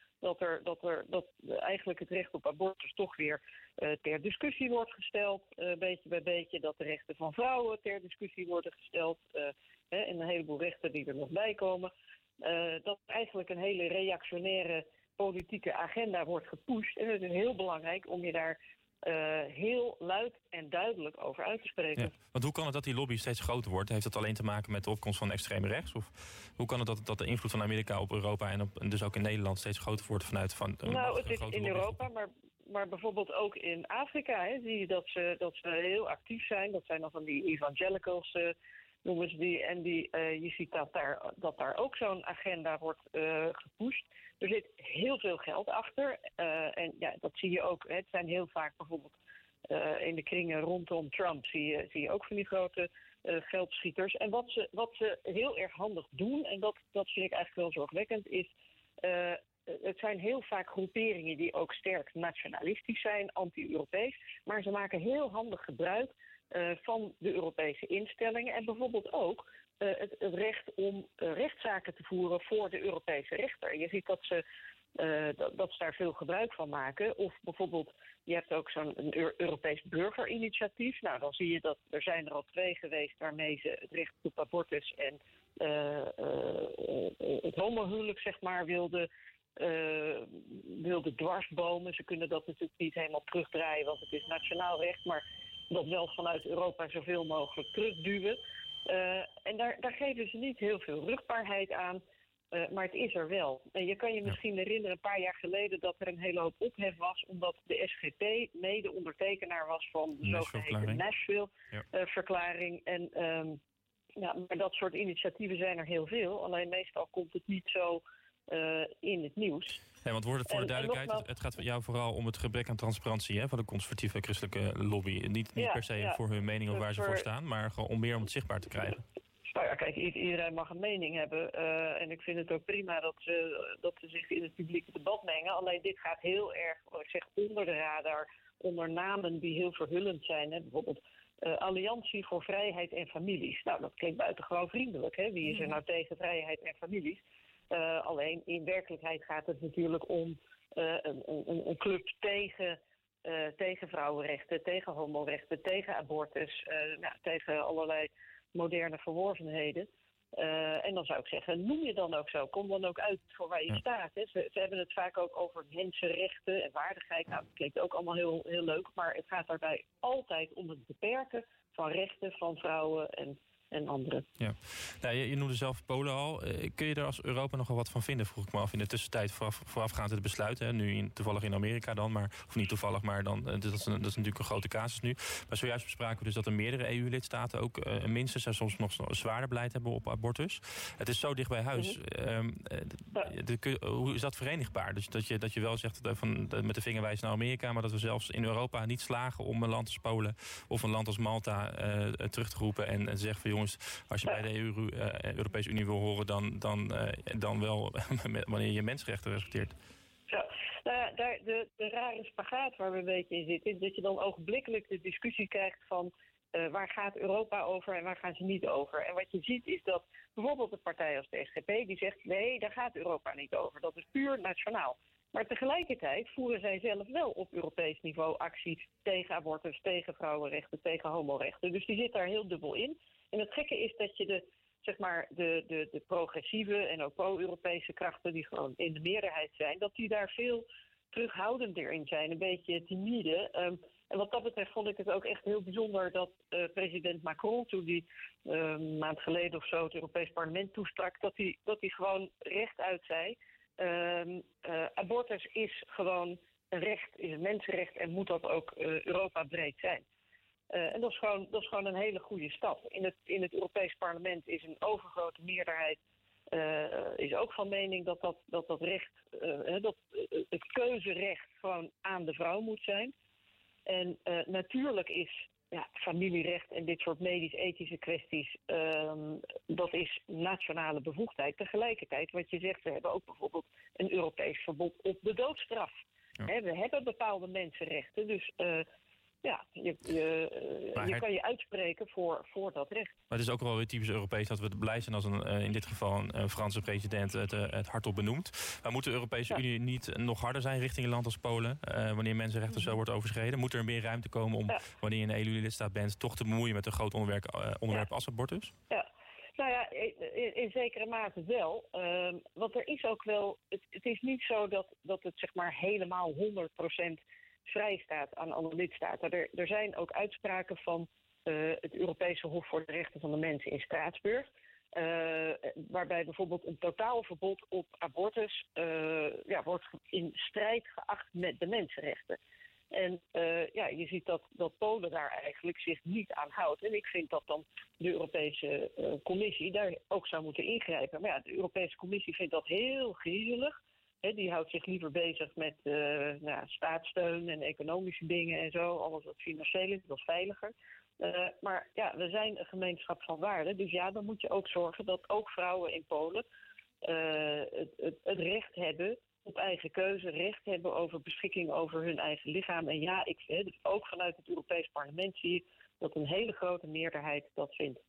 dat eigenlijk het recht op abortus toch weer ter discussie wordt gesteld, beetje bij beetje, dat de rechten van vrouwen ter discussie worden gesteld en een heleboel rechten die er nog bij komen. Dat eigenlijk een hele reactionaire politieke agenda wordt gepusht. En het is heel belangrijk om je daar heel luid en duidelijk over uit te spreken. Ja, want hoe kan het dat die lobby steeds groter wordt? Heeft dat alleen te maken met de opkomst van extreem rechts? Of hoe kan het dat de invloed van Amerika op Europa en dus ook in Nederland steeds groter wordt vanuit van het is in Europa, maar bijvoorbeeld ook in Afrika zie je dat ze heel actief zijn. Dat zijn dan van die evangelicals, noemen ze die. En je ziet dat daar ook zo'n agenda wordt gepusht. Er zit heel veel geld achter. En ja, dat zie je ook. Het zijn heel vaak bijvoorbeeld in de kringen rondom Trump zie je ook van die grote geldschieters. En wat ze heel erg handig doen, en dat vind ik eigenlijk wel zorgwekkend, is het zijn heel vaak groeperingen die ook sterk nationalistisch zijn, anti-Europees. Maar ze maken heel handig gebruik van de Europese instellingen en bijvoorbeeld ook het recht om rechtszaken te voeren voor de Europese rechter. Je ziet dat ze daar veel gebruik van maken. Of bijvoorbeeld, je hebt ook zo'n Europees burgerinitiatief. Nou, dan zie je dat er zijn er al 2 geweest waarmee ze het recht op abortus en het homohuwelijk, zeg maar, wilden dwarsbomen. Ze kunnen dat natuurlijk niet helemaal terugdraaien, want het is nationaal recht, maar dat wel vanuit Europa zoveel mogelijk terugduwen. En daar geven ze niet heel veel rugbaarheid aan, maar het is er wel. En je kan je misschien herinneren, een paar jaar geleden, dat er een hele hoop ophef was, omdat de SGP mede ondertekenaar was van de zogeheten Nashville-verklaring. En maar dat soort initiatieven zijn er heel veel. Alleen meestal komt het niet zo in het nieuws. Nee, want voor de duidelijkheid, het gaat jou vooral om het gebrek aan transparantie van de conservatieve christelijke lobby. Niet per se voor hun mening of waar ze voor staan, maar gewoon om meer om het zichtbaar te krijgen. Nou ja, kijk, iedereen mag een mening hebben. En ik vind het ook prima dat ze zich in het publieke debat mengen. Alleen dit gaat heel erg, ik zeg, onder de radar, onder namen die heel verhullend zijn. Hè? Bijvoorbeeld Alliantie voor Vrijheid en Families. Nou, dat klinkt buitengewoon vriendelijk. Hè? Wie is er nou tegen vrijheid en families? Alleen in werkelijkheid gaat het natuurlijk om een club tegen vrouwenrechten, tegen homorechten, tegen abortus, tegen allerlei moderne verworvenheden. En dan zou ik zeggen, noem je dan ook zo. Kom dan ook uit voor waar je staat. Hè. Ze hebben het vaak ook over mensenrechten en waardigheid. Nou, dat klinkt ook allemaal heel, heel leuk. Maar het gaat daarbij altijd om het beperken van rechten van vrouwen en anderen. Ja. Nou, je noemde zelf Polen al. Kun je er als Europa nog wel wat van vinden, vroeg ik me af, in de tussentijd voorafgaand het besluit. Hè? Nu toevallig in Amerika dan, of niet toevallig, maar dan, dat is natuurlijk een grote casus nu. Maar zojuist bespraken we dus dat er meerdere EU-lidstaten ook minstens en soms nog zwaarder beleid hebben op abortus. Het is zo dicht bij huis. Hoe is dat verenigbaar? Dus dat je wel zegt met de vinger wijst naar Amerika, maar dat we zelfs in Europa niet slagen om een land als Polen of een land als Malta terug te roepen en zeggen van jongens, als je bij de Europese Unie wil horen, dan wel wanneer je mensenrechten respecteert. Ja, de rare spagaat waar we een beetje in zitten, is dat je dan ogenblikkelijk de discussie krijgt van waar gaat Europa over en waar gaan ze niet over. En wat je ziet is dat bijvoorbeeld een partij als de SGP die zegt nee, daar gaat Europa niet over. Dat is puur nationaal. Maar tegelijkertijd voeren zij zelf wel op Europees niveau actie tegen abortus, tegen vrouwenrechten, tegen homorechten. Dus die zit daar heel dubbel in. En het gekke is dat je de progressieve en ook pro-Europese krachten die gewoon in de meerderheid zijn, dat die daar veel terughoudender in zijn, een beetje timide. En wat dat betreft vond ik het ook echt heel bijzonder dat president Macron, toen hij een maand geleden of zo het Europees Parlement toesprak, dat hij gewoon rechtuit zei, abortus is gewoon een recht, is een mensenrecht en moet dat ook Europa breed zijn. En dat is gewoon een hele goede stap. In het Europees Parlement is een overgrote meerderheid is ook van mening dat recht, dat het keuzerecht gewoon aan de vrouw moet zijn. En natuurlijk is familierecht en dit soort medisch-ethische kwesties, dat is nationale bevoegdheid. Tegelijkertijd, wat je zegt, we hebben ook bijvoorbeeld een Europees verbod op de doodstraf. Ja. We hebben bepaalde mensenrechten, dus je kan je uitspreken voor dat recht. Maar het is ook wel weer typisch Europees dat we blij zijn als in dit geval een Franse president het hardop benoemt. Maar moet de Europese Unie niet nog harder zijn richting een land als Polen, wanneer mensenrechten zo wordt overschreden? Moet er meer ruimte komen om, wanneer je een EU-lidstaat bent, toch te bemoeien met een groot onderwerp als abortus? Ja. Nou ja, in zekere mate wel. Want er is ook wel, het is niet zo dat het zeg maar helemaal 100% vrij staat aan alle lidstaten. Er zijn ook uitspraken van het Europese Hof voor de Rechten van de Mensen in Straatsburg, waarbij bijvoorbeeld een totaalverbod op abortus wordt in strijd geacht met de mensenrechten. En je ziet dat Polen daar eigenlijk zich niet aan houdt. En ik vind dat dan de Europese Commissie daar ook zou moeten ingrijpen. Maar de Europese Commissie vindt dat heel griezelig. Die houdt zich liever bezig met staatssteun en economische dingen en zo. Alles wat financieel is, dat is veiliger. Maar we zijn een gemeenschap van waarden. Dus dan moet je ook zorgen dat ook vrouwen in Polen het recht hebben op eigen keuze, recht hebben over beschikking over hun eigen lichaam. En ook vanuit het Europees Parlement zie ik dat een hele grote meerderheid dat vindt.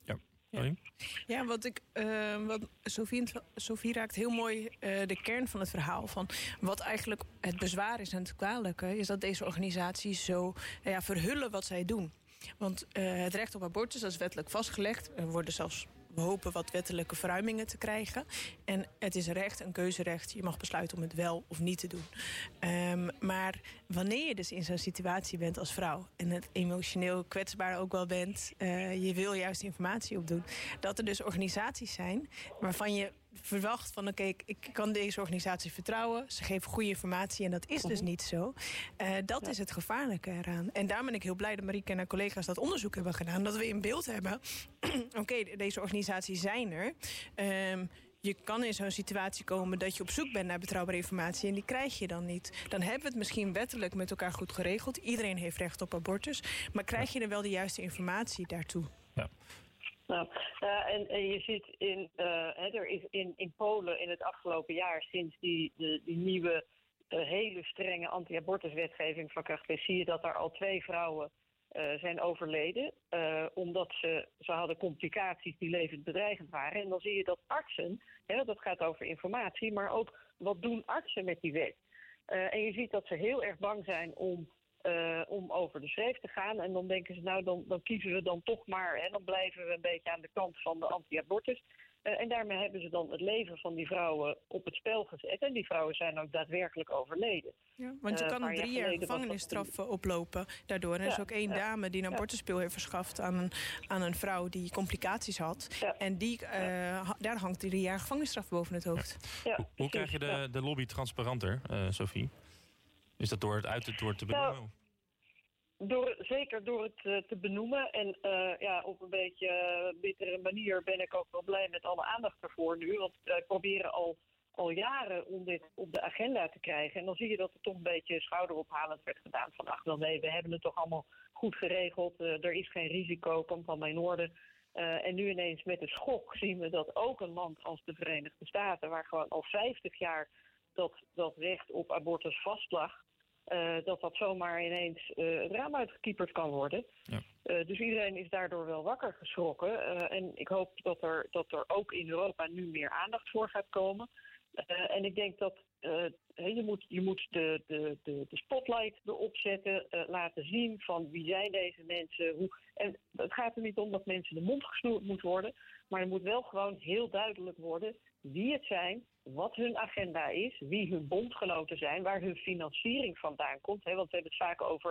Ja, wat Sophie raakt heel mooi de kern van het verhaal van wat eigenlijk het bezwaar is en het kwalijke is dat deze organisaties zo verhullen wat zij doen. Want het recht op abortus, dat is wettelijk vastgelegd. Er worden zelfs, we hopen, wat wettelijke verruimingen te krijgen. En het is een keuzerecht. Je mag besluiten om het wel of niet te doen. Maar wanneer je dus in zo'n situatie bent als vrouw en het emotioneel kwetsbaar ook wel bent, je wil juist informatie opdoen, dat er dus organisaties zijn waarvan je verwacht van ik kan deze organisatie vertrouwen. Ze geven goede informatie en dat is dus niet zo. Dat is het gevaarlijke eraan. En daar ben ik heel blij dat Marieke en haar collega's dat onderzoek hebben gedaan. Dat we in beeld hebben. Deze organisaties zijn er. Je kan in zo'n situatie komen dat je op zoek bent naar betrouwbare informatie en die krijg je dan niet. Dan hebben we het misschien wettelijk met elkaar goed geregeld. Iedereen heeft recht op abortus. Maar krijg je er wel de juiste informatie daartoe? Ja. Nou, en je ziet er is in Polen in het afgelopen jaar, sinds die nieuwe hele strenge anti-abortuswetgeving van kracht is, zie je dat er al 2 vrouwen zijn overleden, omdat ze hadden complicaties die levensbedreigend waren. En dan zie je dat artsen, dat gaat over informatie, maar ook wat doen artsen met die wet. En je ziet dat ze heel erg bang zijn om over de schreef te gaan. En dan denken ze, dan kiezen we dan toch maar, dan blijven we een beetje aan de kant van de anti-abortus. En daarmee hebben ze dan het leven van die vrouwen op het spel gezet. En die vrouwen zijn ook daadwerkelijk overleden. Ja, want je kan een 3 jaar gevangenisstraf oplopen daardoor. En er is ook 1 dame die een abortuspil heeft verschaft aan een vrouw die complicaties had. Ja. En daar hangt 3 jaar gevangenisstraf boven het hoofd. Ja, hoe krijg je de lobby transparanter, Sophie? Is dat door het te benoemen? Zeker door het te benoemen. En op een beetje bittere manier ben ik ook wel blij met alle aandacht ervoor nu. Want wij proberen al jaren om dit op de agenda te krijgen. En dan zie je dat er toch een beetje schouderophalend werd gedaan. Van we hebben het toch allemaal goed geregeld. Er is geen risico, komt allemaal in orde. En nu ineens met de schok zien we dat ook een land als de Verenigde Staten, waar gewoon al 50 jaar dat recht op abortus vastlag, dat zomaar ineens het raam uitgekieperd kan worden. Ja. Dus iedereen is daardoor wel wakker geschrokken. En ik hoop dat er ook in Europa nu meer aandacht voor gaat komen. En ik denk dat je moet de spotlight erop zetten, laten zien van wie zijn deze mensen. En het gaat er niet om dat mensen de mond gesnoerd moet worden, maar er moet wel gewoon heel duidelijk worden wie het zijn, wat hun agenda is, wie hun bondgenoten zijn, waar hun financiering vandaan komt. Want we hebben het vaak over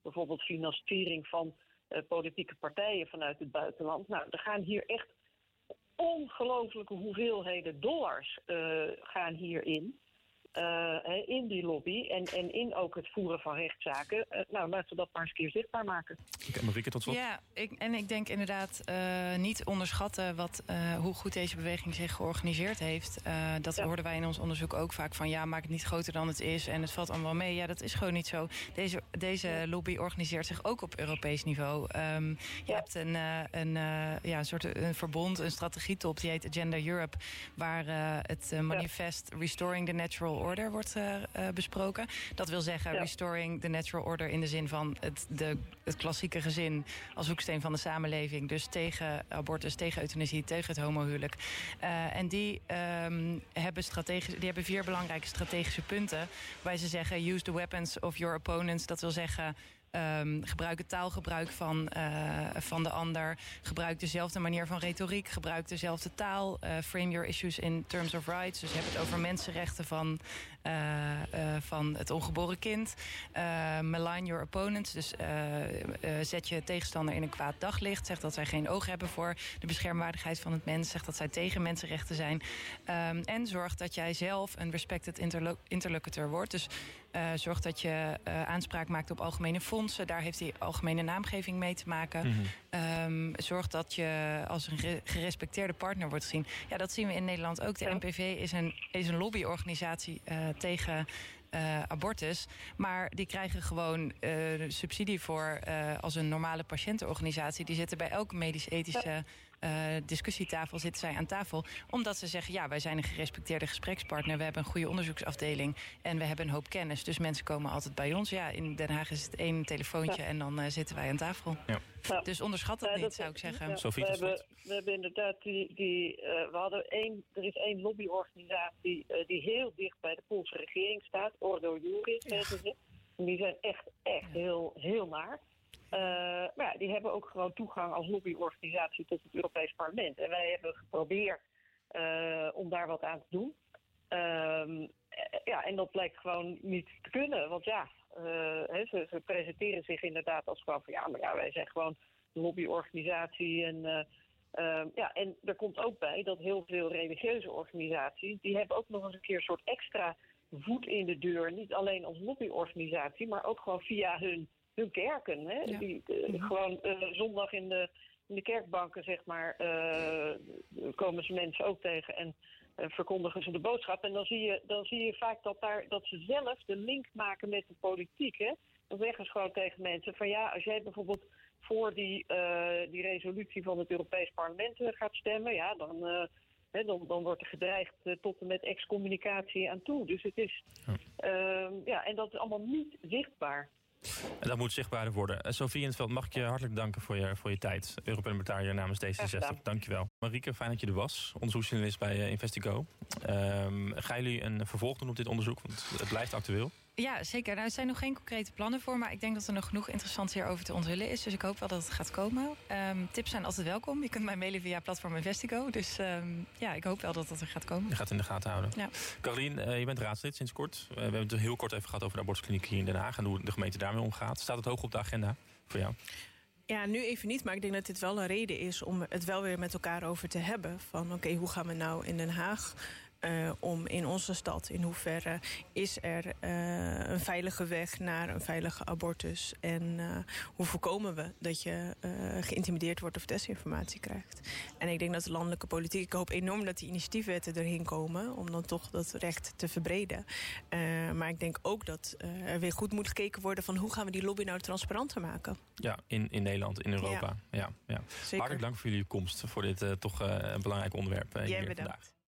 bijvoorbeeld financiering van politieke partijen vanuit het buitenland. Nou, er gaan hier echt ongelooflijke hoeveelheden dollars gaan hierin. In die lobby en in ook het voeren van rechtszaken. Laten we dat maar eens een keer zichtbaar maken. Okay, Marieke, tot slot. Ja, ik denk inderdaad niet onderschatten hoe goed deze beweging zich georganiseerd heeft. Dat hoorden wij in ons onderzoek ook vaak van maak het niet groter dan het is en het valt allemaal mee. Ja, dat is gewoon niet zo. Deze lobby organiseert zich ook op Europees niveau. Je hebt een soort een verbond, een strategietop, die heet Agenda Europe, waar het manifest Restoring the Natural Order wordt besproken. Dat wil zeggen restoring the natural order in de zin van het klassieke gezin als hoeksteen van de samenleving. Dus tegen abortus, tegen euthanasie, tegen het homohuwelijk. En die hebben 4 belangrijke strategische punten waar ze zeggen use the weapons of your opponents. Dat wil zeggen gebruik het taalgebruik van de ander. Gebruik dezelfde manier van retoriek. Gebruik dezelfde taal. Frame your issues in terms of rights. Dus heb het over mensenrechten van het ongeboren kind. Malign your opponents. Dus zet je tegenstander in een kwaad daglicht. Zeg dat zij geen oog hebben voor de beschermwaardigheid van het mens. Zeg dat zij tegen mensenrechten zijn. En zorg dat jij zelf een respected interlocutor wordt. Dus zorg dat je aanspraak maakt op algemene fondsen. Daar heeft die algemene naamgeving mee te maken. Mm-hmm. Zorg dat je als een gerespecteerde partner wordt gezien. Ja, dat zien we in Nederland ook. De NPV is een lobbyorganisatie tegen abortus. Maar die krijgen gewoon subsidie voor als een normale patiëntenorganisatie. Die zitten bij elke medisch-ethische discussietafel zitten zij aan tafel. Omdat ze zeggen, wij zijn een gerespecteerde gesprekspartner. We hebben een goede onderzoeksafdeling. En we hebben een hoop kennis. Dus mensen komen altijd bij ons. Ja, in Den Haag is het 1 telefoontje en dan zitten wij aan tafel. Ja. Dus onderschat dat niet, zou ik zeggen. Ja. We hebben inderdaad er is 1 lobbyorganisatie die heel dicht bij de Poolse regering staat. Ordo Juris, heten ze. En die zijn echt heel, heel naar. Maar die hebben ook gewoon toegang als lobbyorganisatie tot het Europees Parlement. En wij hebben geprobeerd om daar wat aan te doen. En dat blijkt gewoon niet te kunnen. Want ze presenteren zich inderdaad als gewoon van wij zijn gewoon een lobbyorganisatie. En er komt ook bij dat heel veel religieuze organisaties, die hebben ook nog eens een keer een soort extra voet in de deur. Niet alleen als lobbyorganisatie, maar ook gewoon via hun kerken. Hè? Ja. Die gewoon zondag in de kerkbanken, zeg maar, komen ze mensen ook tegen en verkondigen ze de boodschap. En dan zie je vaak dat ze zelf de link maken met de politiek. Hè? Dan zeggen ze gewoon tegen mensen van als jij bijvoorbeeld voor die resolutie van het Europees Parlement gaat stemmen, dan wordt er gedreigd tot en met excommunicatie aan toe. Dus het is en dat is allemaal niet zichtbaar. En dat moet zichtbaarder worden. Sophie in 't Veld, mag ik je hartelijk danken voor je tijd. Europarlementariër namens D66. Dank je wel. Marieke, fijn dat je er was. Onderzoeksjournalist bij Investigo. Gaan jullie een vervolg doen op dit onderzoek? Want het blijft actueel. Ja, zeker. Nou, er zijn nog geen concrete plannen voor, maar ik denk dat er nog genoeg interessants hierover te onthullen is. Dus ik hoop wel dat het gaat komen. Tips zijn altijd welkom. Je kunt mij mailen via platform Investigo. Dus ik hoop wel dat dat er gaat komen. Je gaat het in de gaten houden. Ja. Carolien, je bent raadslid sinds kort. We hebben het heel kort even gehad over de abortuskliniek hier in Den Haag en hoe de gemeente daarmee omgaat. Staat het hoog op de agenda voor jou? Ja, nu even niet, maar ik denk dat dit wel een reden is om het wel weer met elkaar over te hebben. Van oké, hoe gaan we nou in Den Haag om in onze stad, in hoeverre is er een veilige weg naar een veilige abortus? En hoe voorkomen we dat je geïntimideerd wordt of desinformatie krijgt? En ik denk dat de landelijke politiek, ik hoop enorm dat die initiatiefwetten erheen komen om dan toch dat recht te verbreden. Maar ik denk ook dat er weer goed moet gekeken worden van hoe gaan we die lobby nou transparanter maken? Ja, in Nederland, in Europa. Ja. Hartelijk dank voor jullie komst, voor dit toch een belangrijk onderwerp hier vandaag.